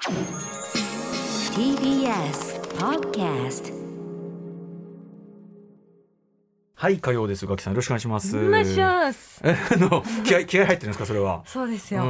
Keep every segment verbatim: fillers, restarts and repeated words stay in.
ティービーエス Podcast。 はい、火曜です。ガキさん、よろしくお願いします。 お願いします。 えあの気合気合入ってるんですか、それは。 そうですよ。 うん、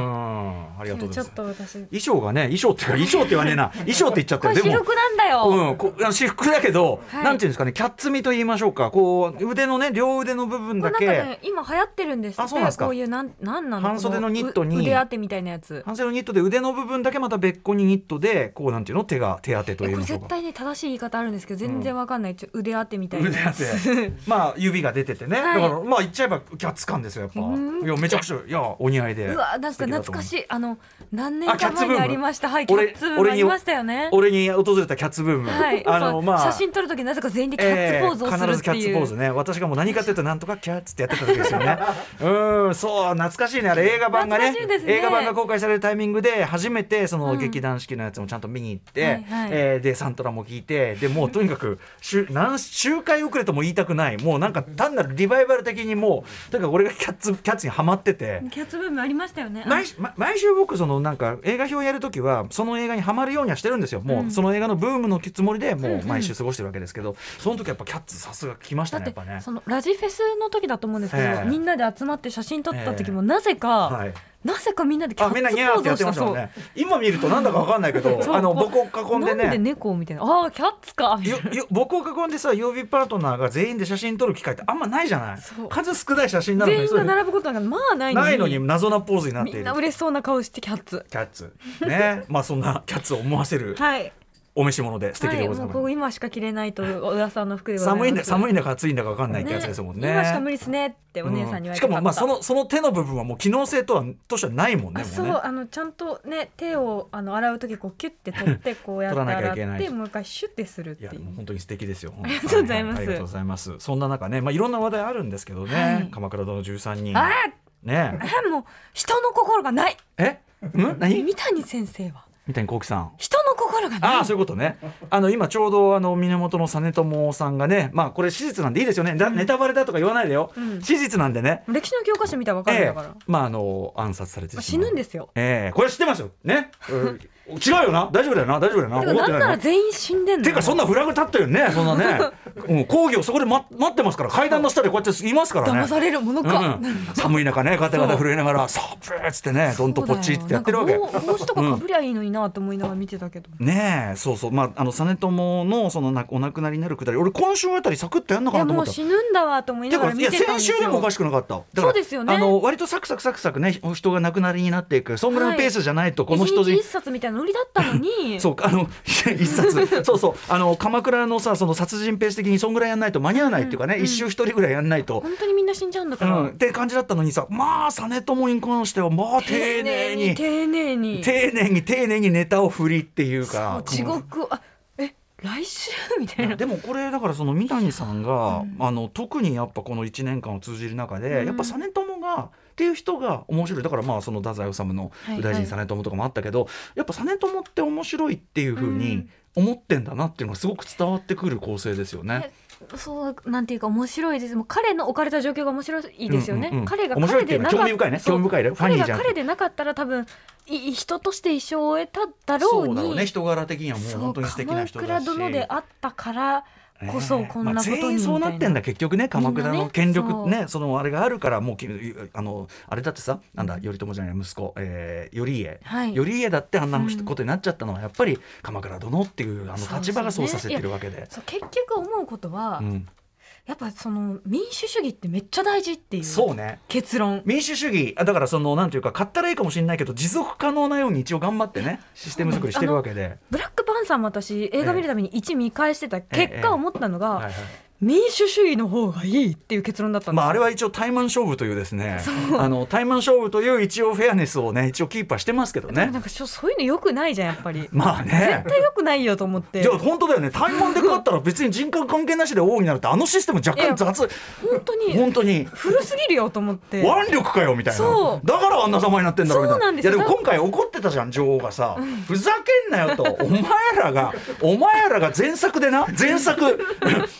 ありがとうございます。 ちょっと私衣装がね、衣装っていうか衣装って言わねえな衣装って言っちゃってこれ私服なんだよ。 うん、こあの私服だけど、 はい、 なんていうんですかね、キャッツミと言いましょうか、こう腕のね、両腕の部分だけ。 なんかね、今流行ってるんですって。 あ、そうなんですか。 こういうなんなんなの、 半袖のニットに腕当てみたいなやつ。 半袖のニットで腕の部分だけまた別個にニットで、こうなんていうの、手が手当てと言いましょうか。 これ絶対ね、正しい言い方あるんですけど全然わかんない、うん、ちょ腕当てみたいな腕当てまあ指が出ててね、はい、だからまあ言っちゃえばキャッツ感ですよ、やっぱ。いや、めちゃくちゃ、いや、お似合いで。 うわ、なんか懐かしい、あの何年か前にありました。はい、キャッツブームありましたよね。 俺に訪れたキャッツブーム、 はい、あの、まあ、写真撮るときなぜか全員でキャッツポーズをするっていう、 えー、必ずキャッツポーズね。私がもう何かというとなんとかキャッツってやってた時ですよねうん、そう、懐かしいね。あれ映画版が ね, ね映画版が公開されるタイミングで初めてその劇団四季のやつもちゃんと見に行って、うん、はいはい、えー、でサントラも聴いて、でもうとにかく何周回遅れとも言いたくない、もうなんか単なるリバイバル的にもうとにかく俺がキャッツキャッツにハマってて、 キャッツブームありましたよね。 毎, 毎週僕そのなんか映画表やるときはその映画にハマるようにはしてるんですよ。もうその映画のブームのつもりでもう毎週過ごしてるわけですけど、うんうん、その時やっぱキャッツさすが来ましたね。やっぱね、 そのラジフェスの時だと思うんですけど、えー、みんなで集まって写真撮った時もなぜか、えーはい、なぜかみんなでキャッツポーズをした。そう、ね、 今見るとなんだか分かんないけどあの僕を囲んでね、 なんで猫みたいな、ああキャッツかよよ僕を囲んでさ、曜日パートナーが全員で写真撮る機会ってあんまないじゃない。数少ない写真なのに全員が並ぶことなんかまあないのにないのに謎なポーズになっている。 みんな嬉しそうな顔してキャッツキャッツねまあそんなキャッツを思わせる、はい、お召し物で素敵でございます、はい、もうここ今しか着れないと小田さんの服でございます。 寒いんだ寒いんだか暑いんだか分かんないってやつですもん ね, ね今しか無理っすねってお姉さんに言われて、うん、 しかもまあそのその手の部分はもう機能性とはとしてはないもんね。 そう、 もうね、 あのちゃんとね手をあの洗うときこうキュッて取ってこうやって洗ってもう一回シュッてするっていう。 いやもう本当に素敵ですよ。 ありがとうございます、 はい、ありがとうございます。そんな中ね、まあ、いろんな話題あるんですけどね、はい、鎌倉殿のじゅうさんにんあねえもう人の心がない。 えん何三谷先生は三谷幸喜さん、 人の心がない。 ああ、そういうことね。あの今ちょうどあの源実朝さんがね、まあこれ史実なんでいいですよね、だネタバレだとか言わないでよ、うん、史実なんでね、 歴史の教科書見たら分かるんだから、えー、 まああの暗殺されてしまう、 死ぬんですよ、 えー、これ知ってますよね違うよな、大丈夫だよな、大丈夫だよな。 てかなんなら全員死んでんの。 てかそんなフラグ立ってるね、そんなねうん、講義をそこで、ま、待ってますから、階段の下でこうやっていますからね。 騙されるものか、 うん、寒い中ね、ガタガタ震えながらサープーっつってね、どんとポチってやってるわけ。 帽子とかかぶりゃいいのになと思いながら見てたけど、 うん、ねえ、そうそう、まああの実朝のそのなお亡くなりになるくだり、俺今週あたりサクッとやんのかなと思った。 いやもう死ぬんだわと思いながら見てたんですよ。 いや先週でもおかしくなかった。だからそうですよね、 あの割とサクサクサクサクね、人が亡くなりになっていく、そんぐらいのペースじゃないと、はい、この人一日一冊みたいなノリだったのにそうあの一冊そうそう、あの鎌倉のさ、その殺人ペース的にそんぐらいやんないと間に合わないっていうかね、うん、一周一人ぐらいやんないと本当にみんな死んじゃうんだから、うん、 って感じだったのにさ、まあ実朝に関してはまあ丁寧に丁寧に丁寧に丁寧にネタを振りっていうか、 地獄、あえ来週みたいな。 でもこれだからその三谷さんが、うん、あの特にやっぱこのいちねんかんを通じる中で、うん、やっぱ実朝がっていう人が面白い。だからまあその太宰治の右大臣実朝とかもあったけど、はいはい、やっぱ実朝って面白いっていう風に思ってんだなっていうのがすごく伝わってくる構成ですよね。 そうなんていうか面白いです。もう彼の置かれた状況が面白いですよね、うんうんうん、彼が彼でなかった、興味深いね、興味深いね、ファニーじゃん。 彼が彼でなかったら多分い人として一生を終えただろうに。 そうだろうね、人柄的にはもう本当に素敵な人だし、 鎌倉殿であったからこそこんなことにみたいな、まあ、全員そうなってんだ結局ね。鎌倉の権力 ね, ね そ, そのあれがあるからもうあのあれだってさ、なんだ頼朝じゃない息子、えー、頼家、はい、頼家だってあんなことになっちゃったのはやっぱり鎌倉殿っていうあの立場がそうさせてるわけ で, で、ね、 そう結局思うことは、うん、やっぱその民主主義ってめっちゃ大事っていうそうね結論。 民主主義だからそのなんていうか買ったらいいかもしれないけど持続可能なように一応頑張ってねシステム作りしてるわけで、 ブラックパンサーも私映画見るためにいち見返してた結果思ったのが、えええはいはい、民主主義の方がいいっていう結論だったんですよ。 まあ、あれは一応タイマン勝負というですね、あのタイマン勝負という一応フェアネスをね一応キーパーしてますけどね。 なんかそういうの良くないじゃんやっぱり。 まあね絶対良くないよと思って。 じゃあ本当だよね、タイマンで勝ったら別に人格関係なしで王になるってあのシステム若干雑。 本当に本当に古すぎるよと思って腕力かよみたいな。そうだからあんな様になってんだろうみたいな。そうなんですよ。いやでも今回怒ってたじゃん女王がさ、うん、ふざけんなよとお前らがお前らが前作でな前作前作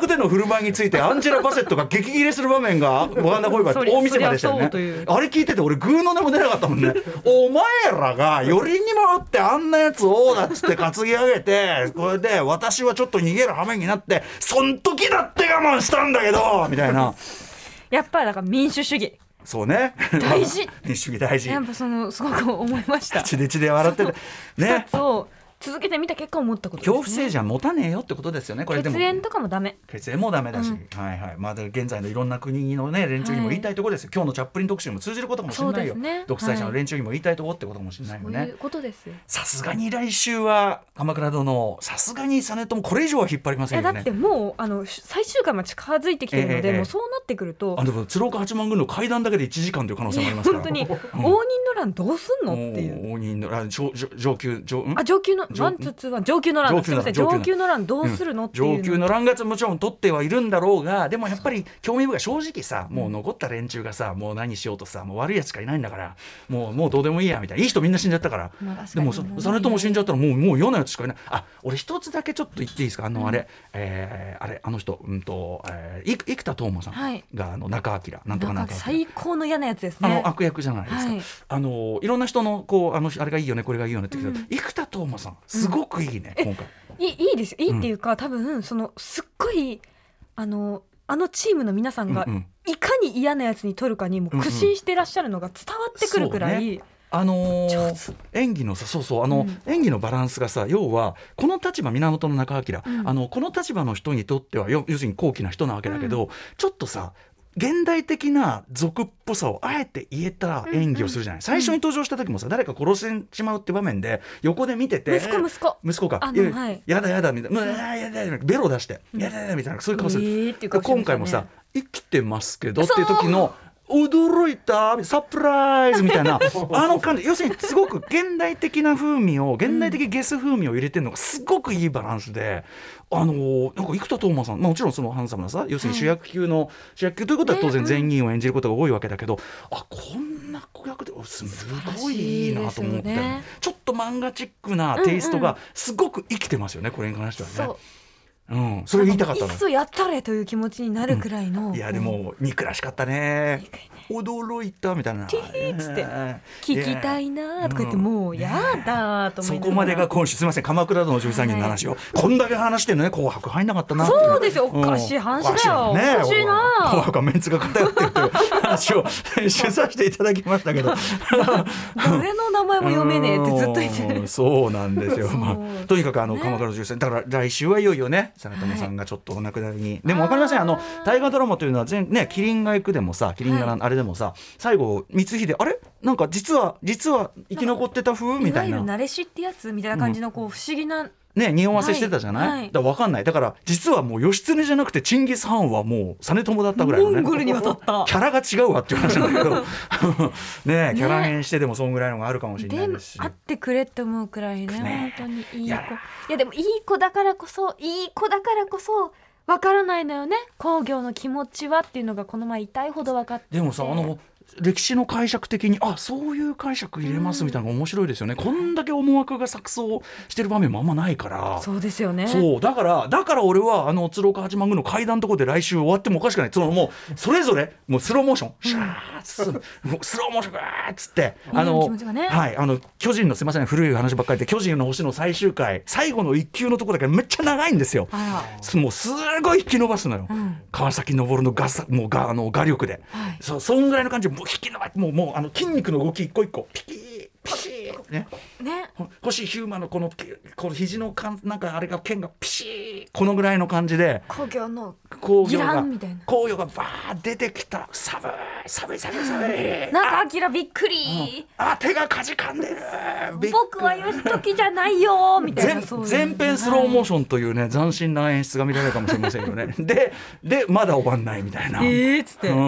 客での振る舞いについてアンジェラ・バセットが激切れする場面がワンダフォーエバー大見せ場でしたよね。あれ聞いてて俺グーの音も出なかったもんねお前らがよりにもよってあんなやつをだっつって担ぎ上げてこれで私はちょっと逃げる羽目になってそん時だって我慢したんだけどみたいなやっぱりだから民主主義そうね大事民主主義大事やっぱそのすごく思いました血で血で笑っててねふたつを続けてみた結果思ったことですね。 恐怖政治は持たねえよってことですよね。これでも血縁とかもダメ血縁もダメだし、 うんはいはいまあ、現在のいろんな国の、ね、連中にも言いたいところですよ、はい、今日のチャップリン特集にも通じることかもしれないよ、ね、独裁者の連中にも言いたいところってことかもしれないよね。 そういうことですよ。 さすがに来週は鎌倉殿さすがに実朝もこれ以上は引っ張りませんよね。 だってもうあの最終回まで近づいてきてるので、ええ、もうそうなってくるとあでも鶴岡八幡宮の階段だけでいちじかんという可能性もありますから本当に、うん、応仁の乱どうすんのっていう応仁の乱上上級上あ上級のワンツーツーワン上級の乱すみません上級の乱どうするの、うん、っていう上級の乱がもちろん取ってはいるんだろうがでもやっぱり興味深い正直さもう残った連中がさもう何しようとさもう悪いやつしかいないんだからもうもうどうでもいいやみたいないい人みんな死んじゃったから、まあ、でも実朝も死んじゃったらもうもう嫌なやつしかいない。あ俺一つだけちょっと言っていいですかあのあれ、うんえー、あれあの人うんと、えー、生田斗真さんが、はい、あの中明なんとかなんとか最高の嫌なやつですね。 あの悪役じゃないですか、はい、あのいろんな人のこうあのあれがいいよねこれがいいよねって言うけど、うん、生田斗真さんすごくいいね、うん、今回い い, いいですいいっていうか、うん、多分そのすっごいあのあのチームの皆さんがいかに嫌なやつに取るかにも苦心してらっしゃるのが伝わってくるくらい、うんうんあのー、演技のさそうそうあの、うん、演技のバランスがさ要はこの立場源中明、うん、あのこの立場の人にとっては要するに高貴な人なわけだけど、うん、ちょっとさ現代的な俗っぽさをあえて言えた演技をするじゃない、うんうん、最初に登場した時もさ誰か殺してしまうって場面で横で見てて息子息子息子かあの、はい、 やだやだみたいな、うん、やだやだベロ出して、うん、やだやだみたいなそういう顔する、えーっていう顔してましたね。今回もさ生きてますけどっていう時の驚いたサプライズみたいなあの感じ要するにすごく現代的な風味を現代的ゲス風味を入れてるのがすごくいいバランスで、あのー、なんか生田斗真さん、まあ、もちろんそのハンサムなさ要するに主役級の、はい、主役級ということは当然善人を演じることが多いわけだけど、あこんな子役ですごいいいなと思って、ね、ちょっと漫画チックなテイストがすごく生きてますよね、うんうん、これに関してはね。そううん、それを言いたかったの。 いっそやったれという気持ちになるくらいの、 うん、いやでも憎らしかったね驚いたみたいなティーッつって聞きたいなとか言ってもうやだと思いながら、 そこまでが今週すみません鎌倉殿のじゅうさんにんの話を、はい、こんだけ話してるのね紅白入んなかったなっていう。 そうですよおかしい話だよ、うん、おかしいな紅白はメンツが偏ってるという話を主させていただきましたけど誰の名前も読めねえってずっと言ってるそうなんですよ、まあ、とにかくあの、ね、鎌倉のじゅうさんだから来週はいよいよね実朝さんがちょっとお亡くなりに、はい、でも分かりませんあの大河ドラマというのは全、ね、麒麟が行くでもさ麒麟があれでもさ、はい、最後光秀あれなんか実は実は生き残ってた風みたいな、いわゆる慣れしってやつみたいな感じのこう不思議な、うんね、匂わせしてたじゃない、はいはい、だから分かんないだから実はもう義経じゃなくてチンギス・ハンはもう実朝だったぐらいのねモンゴルに渡ったキャラが違うわっていう話なんだけどねキャラ変してでもそんぐらいのがあるかもしれないですし、 で会ってくれって思うくらい ね, ね本当にいい子 い, いやでもいい子だからこそいい子だからこそ分からないのよね公暁の気持ちはっていうのがこの前痛いほど分かってでもさあの歴史の解釈的にあそういう解釈入れますみたいなのが面白いですよね、うん、こんだけ思惑が錯綜してる場面もあんまないからそうですよねそうだからだから俺はあの鶴岡八幡宮の階段のところで来週終わってもおかしくないそのもうそれぞれもうスローモーション、うん、シャーッもうスローモーションガーッつってあの、ねはい、あの巨人のすいません古い話ばっかりで巨人の星の最終回最後の一球のところだけめっちゃ長いんですよもうすごい引き伸ばすのよ、うん、川崎昇の画もうがあの画力で、はい、そ, そんぐらいの感じでもう引き伸ばしてもうもうあの筋肉の動き一個一個ピキーピキーねね星ヒューマンのこのこの肘のかんなんかあれが剣がピシーこのぐらいの感じで工業のギランみたいな工業がバー出てきた寒い寒い寒い寒いなんかアキラびっくり、 うん、あ手がかじかんでる僕は義時じゃないよみたいな全編スローモーションというね斬新な演出が見られるかもしれませんよねででまだ終わんないみたいなえーっつって、うん、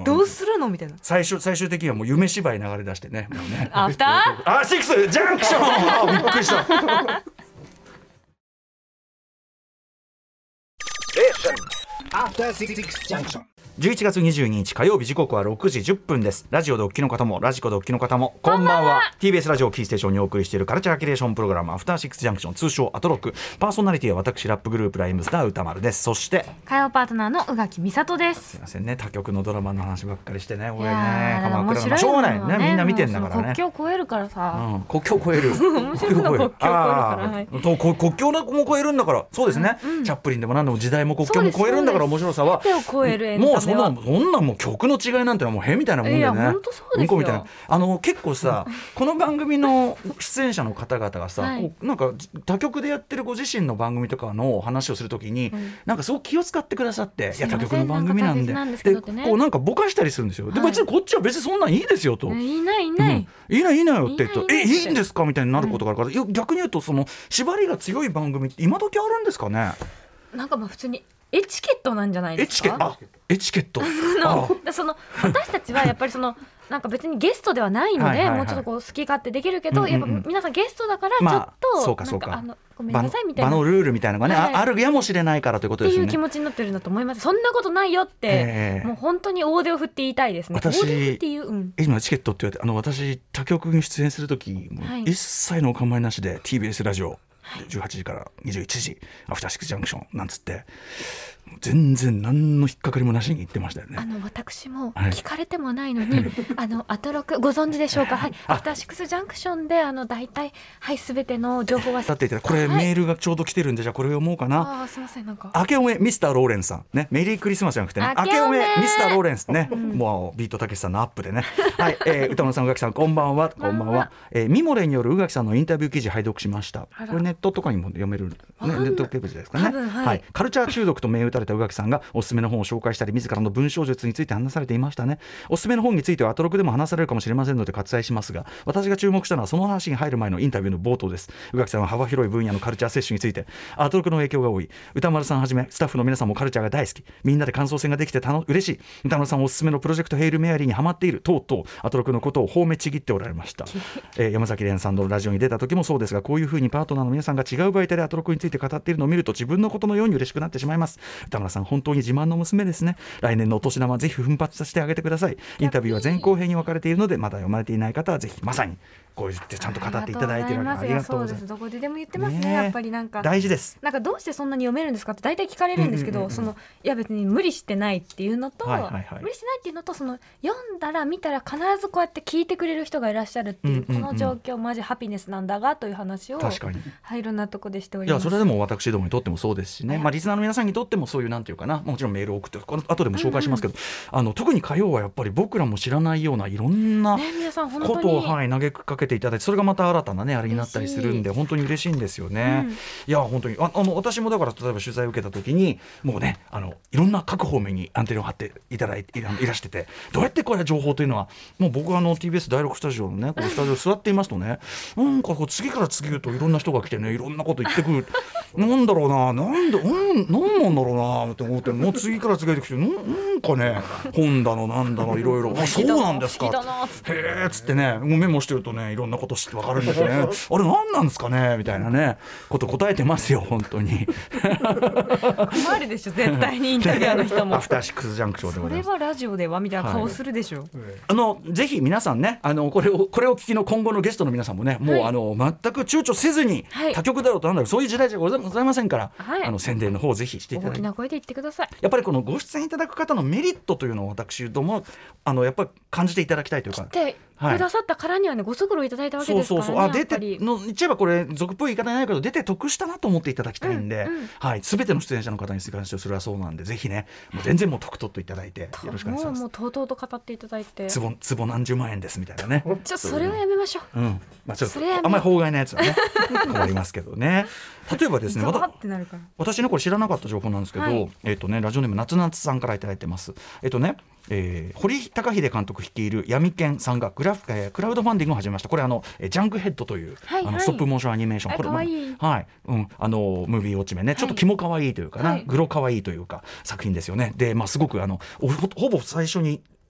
どうするのみたいな最終最終的にはもう夢芝居流れ出してねもうねアフターあシックスジャンクションあびっくりしたアフターシックスジャンクションじゅういちがつにじゅうににち火曜日、時刻はろくじじゅっぷんです。ラジオでお聞きの方もラジコでお聞きの方もこんばんは。 ティービーエス ラジオキーステーションにお送りしているカルチャーキュレーションプログラム、アフターシックスジャンクション、通称アトロック。パーソナリティは私ラップグループライムスター歌丸です。そして火曜パートナーの宇垣美里です。 すいませんね、他局のドラマの話ばっかりしてね、俺いやねー鎌倉のしょうがないね、みんな見てんだからね。 国境越えるからさ、 うん、国境越える面白いの国境越えるからはいとこ国境も超えるんだから。そうですね、 うん、 チャップリンでも何でも時代も国境も超えるんだから、面白さは全てを超えるエンタメはもうそんなそんなもう曲の違いなんてのはもうへみたいなもんでね。 いや本当そうですよ。 うんこみたいな。あの結構さこの番組の出演者の方々がさ、はい、こうなんか他局でやってるご自身の番組とかの話をするときに、うん、なんかすごく気を使ってくださって、いや他局の番組なんで、 なんですけどね、 でこうなんかぼかしたりするんですよ。で、はい、別にこっちは別にそんなんいいですよと、 いないいない、 うん、いいないいいなよって言うと、えいいんですかみたいになることがあるから、うん、逆に言うとその縛りが強い番組って今時あるんですかね。 なんかまあ普通にエチケットなんじゃないですか。 エチケット、あ、エチケットのその私たちはやっぱりそのなんか別にゲストではないので、はいはいはい、もうちょっとこう好き勝手できるけど、うんうんうん、やっぱ皆さんゲストだからちょっと、まあ、そうかそうか、なんかあのごめんなさいみたいな場のルールみたいなのがね、はい、あ, あるやもしれないからということですよね。 っていう気持ちになってるんだと思います。そんなことないよって、えー、もう本当に大手を振って言いたいですね。 私大手を振って言う、うん、 今チケットって言われて、あの私他局に出演するとき、はい、一切のお構いなしで ティービーエス ラジオじゅうはちじからにじゅういちじアフターシックスジャンクションなんつって全然何の引っかかりもなしに言ってましたよね。 あの私も聞かれてもないのに、はい、あのアトロクご存知でしょうか。はい、アフターシックスジャンクションであの大体はいすべての情報はだってこれ、はい、メールがちょうど来てるんで、じゃあこれ読もうかな。 あすいません、なんか明けおめミスターローレンスさんね、メリークリスマスじゃなくてね、明けおめミスターローレンスね、うん、もうビートたけしさんのアップでねはい、えー、歌野さん、宇垣さんこんばんは。こんばんは。えー、ミモレによる宇垣さんのインタビュー記事拝読しました。これネットとかにも読める、ね、ネットページですかね。 はいはい、カルチャー中毒と銘打たれた宇垣さんがおすすめの本を紹介したり、自らの文章術について話されていましたね。おすすめの本についてはアトロクでも話されるかもしれませんので割愛しますが、私が注目したのはその話に入る前のインタビューの冒頭です。宇垣さんは幅広い分野のカルチャー摂取について、アトロクの影響が多い、歌丸さんはじめスタッフの皆さんもカルチャーが大好き、みんなで感想戦ができて楽嬉しい、歌丸さんおすすめのプロジェクトヘイルメアリーにハマっている等々、アトロクのことを褒めちぎっておられました、えー、山崎蓮さんのラジオに出た時もそうですが、こういう風にパートナーの皆さんが違う媒体でアトロクについて語っているのを見ると自分のことのように嬉しくなってしまいます。歌丸さん本当に自慢の娘ですね。来年のお年玉ぜひ奮発させてあげてください。インタビューは前後編に分かれているので、まだ読まれていない方はぜひまさにこう言ってちゃんと語っていただいているわけでありがとうございます。 どこででも言ってます ね, ねやっぱりなんか大事です。 なんかどうしてそんなに読めるんですかって大体聞かれるんですけど、うんうんうん、そのいや別に無理してないっていうのと、はいはいはい、無理してないっていうのと、その読んだら見たら必ずこうやって聞いてくれる人がいらっしゃるっていう、うんうんうん、この状況マジハピネスなんだがという話を確かに、はい、いろんなとこでしております。 いやそれでも私どもにとってもそうですしね、はい、まあ、リスナーの皆さんにとってもそういうなんていうかな、もちろんメールを送って後でも紹介しますけど、うんうん、あの特に火曜はやっぱり僕らも知らないようないろんなことを、はい、投げかけていただいて、それがまた新たなねあれになったりするんで本当に嬉しいんですよね、うん、いや本当に あ, あの私もだから例えば取材を受けた時にもうね、あのいろんな各方面にアンテナを張っていただいて い, いらしてて、どうやってこれ情報というのはもう僕はあの ティービーエス だいろくスタジオのねこのスタジオ座っていますとね、なんかこう次から次へといろんな人が来てね、いろんなこと言ってくるなんだろうな、なんで、うん、なんなんだろうなって思って、もう次から次へと来て、なんかね本だのなんだのいろいろあそうなんですかへーっつってね、もうメモしてるとねいろんなこと知って分かるんですねあれ何なんですかねみたいなねこと答えてますよ本当に困るでしょ絶対にインタビュアーの人もアフターシックスジャンクションでございます。 それはラジオではみたいな顔するでしょ、はい、 あのぜひ皆さんね、あのこれをこれを聞きの今後のゲストの皆さんもね、もう、はい、あの全く躊躇せずに、はい、他局だろうとなんだろうそういう時代じゃございませんから、はい、あの宣伝の方をぜひしていただいて、 大きな声で言ってください。 やっぱりこのご出演いただく方のメリットというのを私どもあのやっぱり感じていただきたいというか、 来てくださったからにはね、ご足労いただいたわけですからね。 そうそうそう、あ出ての言っちゃえばこれ俗っぽい言い方じゃないけど出て得したなと思っていただきたいんで、うんうん、はい、全ての出演者の方に関してそれはそうなんで、ぜひねもう全然もう得取っていただいてよろしくお願いします。 もうとうとうと語っていただいて、 つぼつぼ何十万円ですみたいなねちょっとそれはやめましょう、うん、 まあ、ちょっとあんまり法外なやつはね困りますけどね。例えばですね、私ねこれ知らなかった情報なんですけど、はい、えーとね、ラジオネーム夏夏さんからいただいてます。えっ、ー、とねえー、堀高秀監督率いる闇研さんがグラフ、えー、クラウドファンディングを始めました。これあのジャンクヘッドという、はいはい、あのストップモーションアニメーション、これ、まあ、はい、うん、あのムービーウォッチメンね、ちょっとキモかわいいというかな、はい、グロかわいいというか作品ですよね。で、まあ、すごくあの ほ, ほぼ最初に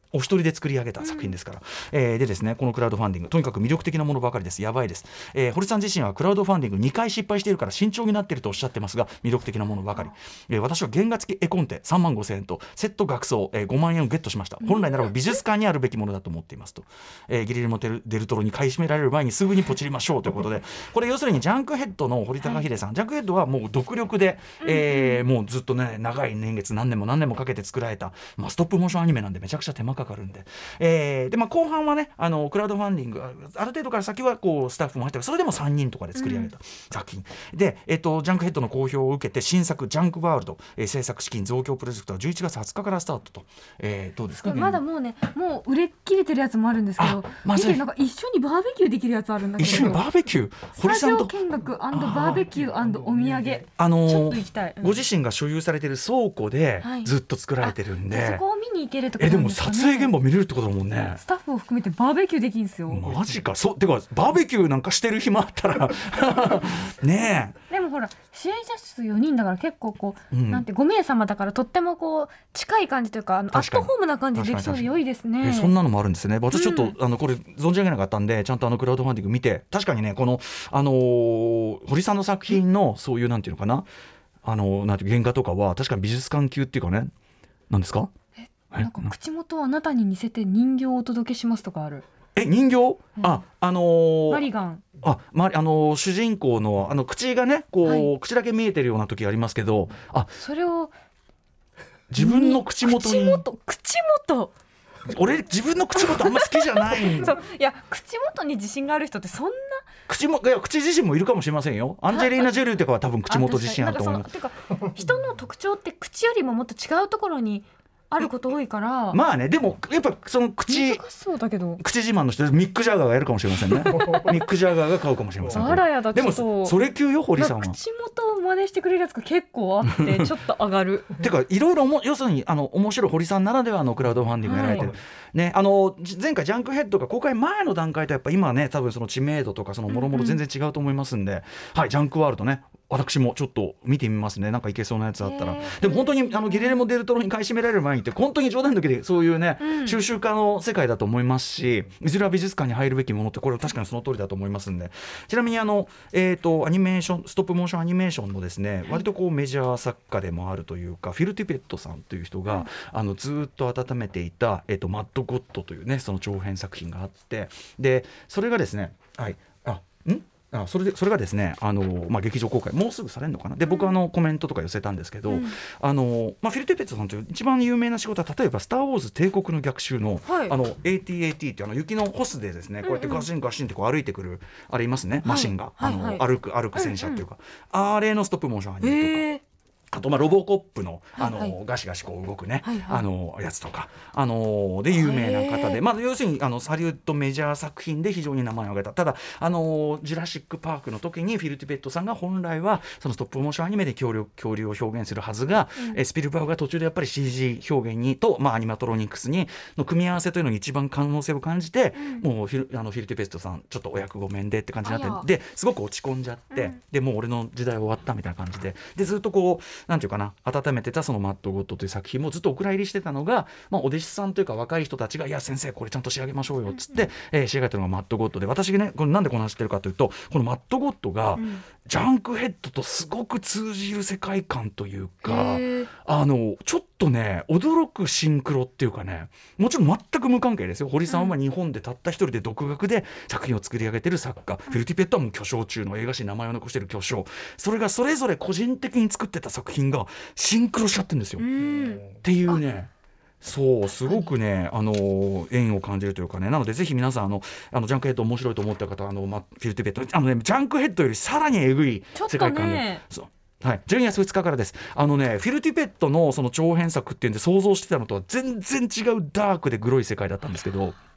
お一人で作り上げた作品ですから、うん、えー、でですねこのクラウドファンディングとにかく魅力的なものばかりです。やばいです、えー、堀さん自身はクラウドファンディングにかい失敗しているから慎重になっているとおっしゃってますが魅力的なものばかり、えー、私は原画付き絵コンテさんまんごせんえんとセット額装、えー、ごまんえんをゲットしました。本来ならば美術館にあるべきものだと思っていますと、えー、ギリレモデルトロに買い占められる前にすぐにポチりましょうということでこれ要するにジャンクヘッドの堀高秀さん、はい、ジャンクヘッドはもう独力で、えー、もうずっとね長い年月何年も何年もかけて作られた、まあ、ストップモーションアニメなんでめちゃくちゃ手間かかるんで、えーでまあ、後半はねあのクラウドファンディングある程度から先はこうスタッフも入ってそれでもさんにんとかで作り上げた作品、うん、で、えー、とジャンクヘッドの好評を受けて新作ジャンクワールド、えー、制作資金増強プロジェクトはじゅういちがつはつかからスタートと、えー、どうですか。 まだもうねもう売れ切れてるやつもあるんですけど、まずなんか一緒にバーベキューできるやつあるんだけど、 一緒にバーベキュースタジオ見学&バーベキュー&お土産、あのー、ちょっと行きたい、うん、 ご自身が所有されている倉庫でずっと作られてるんで、 はい、そこを見に行けるってことなんですかね。 えでも撮影現場見れるってことだもんね。 スタッフを含めてバーベキューできるんですよ。 マジか。そうてかバーベキューなんかしてる暇あったらねえ。 でもほら支援者数よにんだから結構こう、うん、なんてごめいさまだからとってもこう近い感じというかあのアットホームな感じでできそうで良いですね。 えそんなのもあるんですね。私ちょっと、うん、あのこれ存じ上げなかったんでちゃんとあのクラウドファンディング見て確かにねこの、あのー、堀さんの作品のそういうなんていうのかなあのなんていう原画とかは確かに美術館級っていうかねなんですか。 えなんか口元をあなたに似せて人形をお届けしますとかある。 え人形、うん、ああのー、 マリガンあ、まあのー、主人公のあの口がねこう、はい、口だけ見えてるような時ありますけどあそれを自分の口元に口元口元俺自分の口元あんま好きじゃないそういや口元に自信がある人ってそんな口もいや口自身もいるかもしれませんよ。アンジェリーナ・ジョリーとかは多分口元自信あると思います。 てか人の特徴って口よりももっと違うところにあること多いからまあねでもやっぱその口難しそうだけど口自慢の人でミック・ジャガーがやるかもしれませんねミック・ジャガーが買うかもしれません。 あらやだでもそれ級よ堀さんは口元を真似してくれるやつが結構あってちょっと上がるてかいろいろも要するにあの面白い堀さんならではのクラウドファンディングやられてる、はいね、あの前回ジャンクヘッドが公開前の段階とやっぱ今ね多分その知名度とかそのもろもろ全然違うと思いますんで、うんうん、はいジャンクワールドね私もちょっと見てみますね。なんかいけそうなやつあったら。でも本当にあのギレレモ・デルトロに買い占められる前にって本当に冗談だけでそういうね、うん、収集家の世界だと思いますしいずれは美術館に入るべきものってこれは確かにその通りだと思いますんで。ちなみにあの、えーと、アニメーションストップモーションアニメーションのですね割とこうメジャー作家でもあるというかフィル・ティペットさんという人が、うん、あのずっと温めていた、えーと、マッド・ゴッドというねその長編作品があってでそれがですねはいあんあそれでそれがですねあの、まあ、劇場公開もうすぐされるのかなで僕はあのコメントとか寄せたんですけど、うんあのまあ、フィル・ティペットさんという一番有名な仕事は例えばスター・ウォーズ帝国の逆襲の、はい、あの エーティーエーティー っていうあの雪のホスでですねこうやってガシンガシンってこう歩いてくるあれいますね、はい、マシンが、はい、あの、はい、歩く歩く戦車っていうか、うんうん、あれのストップモーションアニメとかあとまあロボコップ の, あの、はいはい、ガシガシこう動くね、はいはい、あのやつとか、あので有名な方で、まあ、要するにあのサリウッドメジャー作品で非常に名前を挙げた。ただあのジュラシック・パークの時にフィル・ティペットさんが本来はそのストップモーションアニメで恐竜、恐竜を表現するはずが、うん、スピルバーグが途中でやっぱり シージー 表現にと、まあ、アニマトロニクスにの組み合わせというのに一番可能性を感じて、うん、もうフィル、あのフィル・ティペットさんちょっとお役ごめんでって感じになってですごく落ち込んじゃって、うん、でもう俺の時代終わったみたいな感じででずっとこうなんていうかな温めてたそのマッド・ゴッドという作品もずっとお蔵入りしてたのが、まあ、お弟子さんというか若い人たちがいや先生これちゃんと仕上げましょうよっつって、うんえー、仕上げたのがマッド・ゴッドで私がねこれなんでこの話してるかというとこのマッド・ゴッドが、うん、ジャンクヘッドとすごく通じる世界観というかあのちょっとね驚くシンクロっていうかねもちろん全く無関係ですよ。堀さんは日本でたった一人で独学で作品を作り上げてる作家、うん、フィル・ティペットはもう巨匠中の映画史に名前を残してる巨匠それがそれぞれ個人的に作ってた作品がシンクロしちゃってるんですよっていうねそうすごくねあの縁を感じるというかねなのでぜひ皆さんあのあのジャンクヘッド面白いと思った方はあの、ま、フィル・ティペットあの、ね、ジャンクヘッドよりさらにえぐい世界観で、ね、そうはい、じゅうにがつふつかからです。あのねフィル・ティペットのその長編作っていうんで想像してたのとは全然違うダークでグロい世界だったんですけど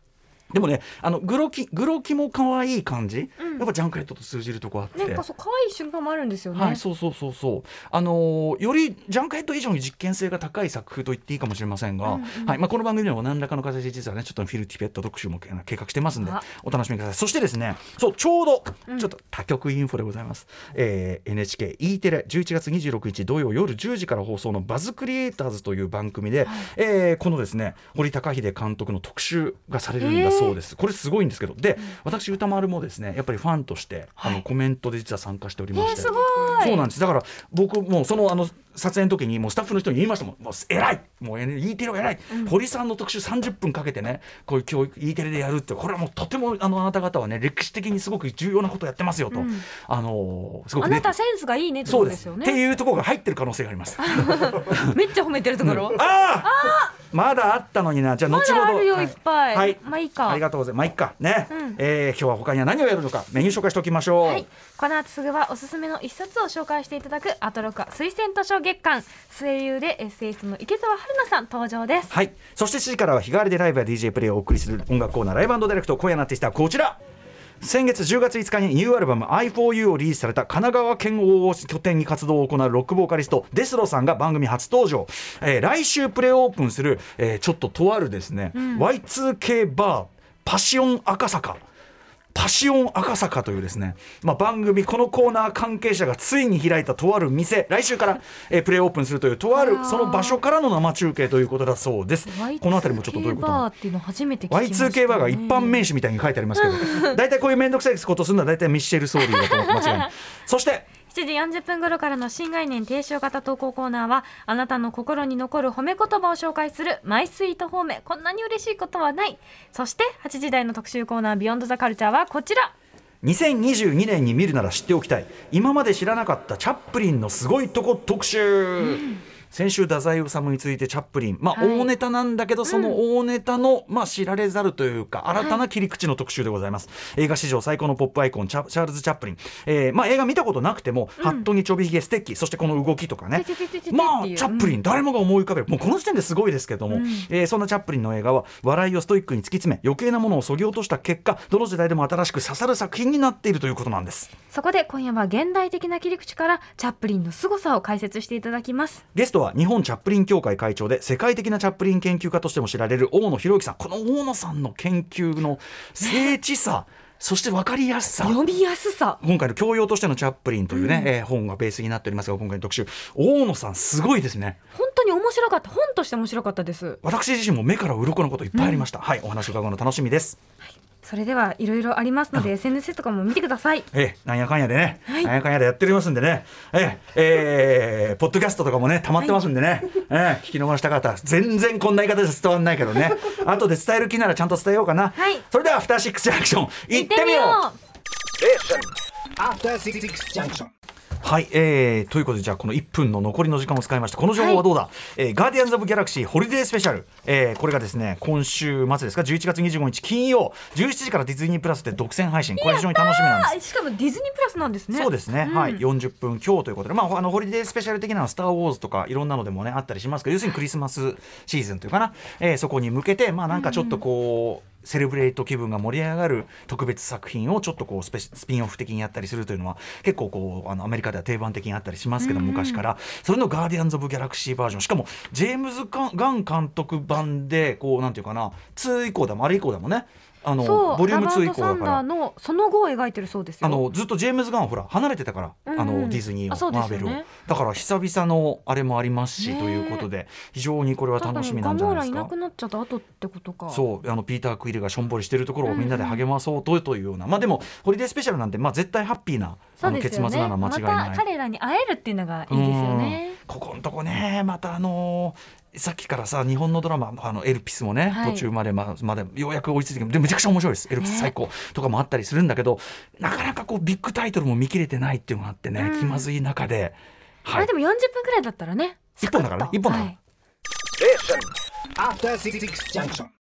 でもねあのグロキグロキも可愛い感じ、 うん、 やっぱジャンクヘッドと通じるとこあって、 なんかそう可愛い瞬間もあるんですよね。 はい、そうそうそうそうあのー、よりジャンクヘッド以上に実験性が高い作風と言っていいかもしれませんが、うんうんはいまあ、この番組でも何らかの形で実はねちょっとフィル・ティペット特集も計画してますんでお楽しみください。そしてですねそうちょうどちょっと他局インフォでございます、うんえー、エヌエイチケー E テレじゅういちがつにじゅうろくにち土曜夜じゅうじから放送のバズクリエイターズという番組で、はいえー、このですね堀高秀監督の特集がされるんだそうです、えー、これすごいんですけどで、うん、私歌丸もですねやっぱりファンとして、はい、あのコメントで実は参加しておりまして、 えー、すごいそうなんですだから僕もうそのあの撮影の時にもうスタッフの人に言いましたもんもう偉いもう E テレ偉い、うん、堀さんの特集さんじゅっぷんかけてねこういう教育 E テレでやるってこれはもうとてもあのあなた方はね歴史的にすごく重要なことをやってますよと、うん、あのー、すごく、ね、 あなたセンスがいいねってことですよねっていうところが入ってる可能性がありますめっちゃ褒めてるところ、 うん、ああまだあったのになじゃあ後ほどまだあるよ、はい、いっぱい、 はい、 まあいいかありがとうございますまあいいかね、 うんえー、今日は他には何をやるのかメニュー紹介しておきましょう、はい、 この後すぐはおすすめの一冊を紹介していただくアトロク推薦図書月間声優でエッセイストの池澤春菜さん登場です。 はい、そしてしちじからは日替わりでライブや ディージェー プレイをお送りする音楽コーナーライブ&ダイレクト。今夜のアーティストはこちら。先月じゅうがついつかにニューアルバム アイフォーユー をリリースされた神奈川県を拠点に活動を行うロックボーカリストデスロさんが番組初登場、えー、来週プレオープンする、えー、ちょっととあるですね、うん、ワイツーケー バーパシオン赤坂パシオン赤坂というですね、まあ、番組このコーナー関係者がついに開いたとある店来週から、えー、プレイオープンするというとあるその場所からの生中継ということだそうです。このあたりもちょっとどういうことなのワイツーケー バーっていうの初めて聞きましたね。 ワイツーケー バーが一般名詞みたいに書いてありますけど大体こういうめんどくさいことするのは大体ミッシェル・ソーリーだと思って間違いないそしてしちじよんじゅっぷん頃からの新概念提唱型投稿コーナーはあなたの心に残る褒め言葉を紹介するマイスイート褒めこんなに嬉しいことはない。そしてはちじ台の特集コーナービヨンドザカルチャーはこちら。 にせんにじゅうにねんに見るなら知っておきたい今まで知らなかったチャップリンのすごいとこ特集、うん先週太宰治についてチャップリン、まあ、大ネタなんだけど、はい、その大ネタの、まあ、知られざるというか新たな切り口の特集でございます、はい、映画史上最高のポップアイコンチャ、チャールズ・チャップリン、えーまあ、映画見たことなくても、うん、ハットにちょびひげステッキそしてこの動きとかねまあチャップリン、うん、誰もが思い浮かべるもうこの時点ですごいですけども、うんえー、そんなチャップリンの映画は笑いをストイックに突き詰め余計なものを削ぎ落とした結果どの時代でも新しく刺さる作品になっているということなんです。 そこで今夜は現代的な切り口からチャップリンの凄さを解説していただきます。 ゲストは日本チャップリン協会会長で世界的なチャップリン研究家としても知られる大野博之さん。この大野さんの研究の精緻さ、ね、そして分かりやすさ読みやすさ今回の教養としてのチャップリンというね、うんえー、本がベースになっておりますが今回の特集大野さんすごいですね。 本当に面白かった本として面白かったです。 私自身も目から鱗のこといっぱいありました、うん、はいお話を伺うの楽しみです、 はいそれではいろいろありますので エスエヌエス とかも見てください。 ええ、なんやかんやでね、はい、なんやかんやでやっておりますんでね、えええー、ポッドキャストとかもね溜まってますんでね、はいええ、聞き逃した方全然こんな言い方で伝わんないけどね後で伝える気ならちゃんと伝えようかな、はい、それではアフターシックスジャンクション行ってみよう。アフターシックスジャンクションはい、えー、ということでじゃあこのいっぷんの残りの時間を使いましてこの情報はどうだ、はいえー、ガーディアンズ・オブ・ギャラクシーホリデースペシャル、えー、これがですね今週末ですかじゅういちがつにじゅうごにち金曜じゅうしちじからディズニープラスで独占配信これ非常に楽しみなんです。 しかもディズニープラスなんですね。 そうですね、うん、はいよんじゅっぷん強ということで、まあ、あのホリデースペシャル的なのはスター・ウォーズとかいろんなのでもねあったりしますけど要するにクリスマスシーズンというかな、えー、そこに向けてまあなんかちょっとこう、うんセレブレイト気分が盛り上がる特別作品をちょっとこうスペスピンオフ的にやったりするというのは結構こうあのアメリカでは定番的にあったりしますけど、うん、昔からそれのガーディアンズ・オブ・ギャラクシーバージョンしかもジェームズ・ガン監督版でこうなんていうかなに以降だもあれ以降だもんねあのボリュームツー以降だからラバート・サンダーのその後を描いてるそうですよ。 あのずっとジェームズ・ガンはほら離れてたから、うんうん、あのディズニーを、ね、マーベルをだから久々のあれもありますし、ね、ということで非常にこれは楽しみなんじゃないですか。ガモーラいなくなっちゃった後ってことか。 そうあのピーター・クイルがしょんぼりしてるところをみんなで励まそうとというような、うんうん、まあでもホリデースペシャルなんで、まあ、絶対ハッピーなあの結末なのは間違いない。 また彼らに会えるっていうのがいいですよね。 ここのとこねまたあのーさっきからさ日本のドラマあのエルピスもね、はい、途中までままでようやく追いついてきてでめちゃくちゃ面白いですエルピス最高、ね、とかもあったりするんだけどなかなかこうビッグタイトルも見切れてないっていうのがあってね、うん、気まずい中で、 はい、あでもよんじゅっぷんくらいだったらねいっぽんだからねいっぽんだから、はい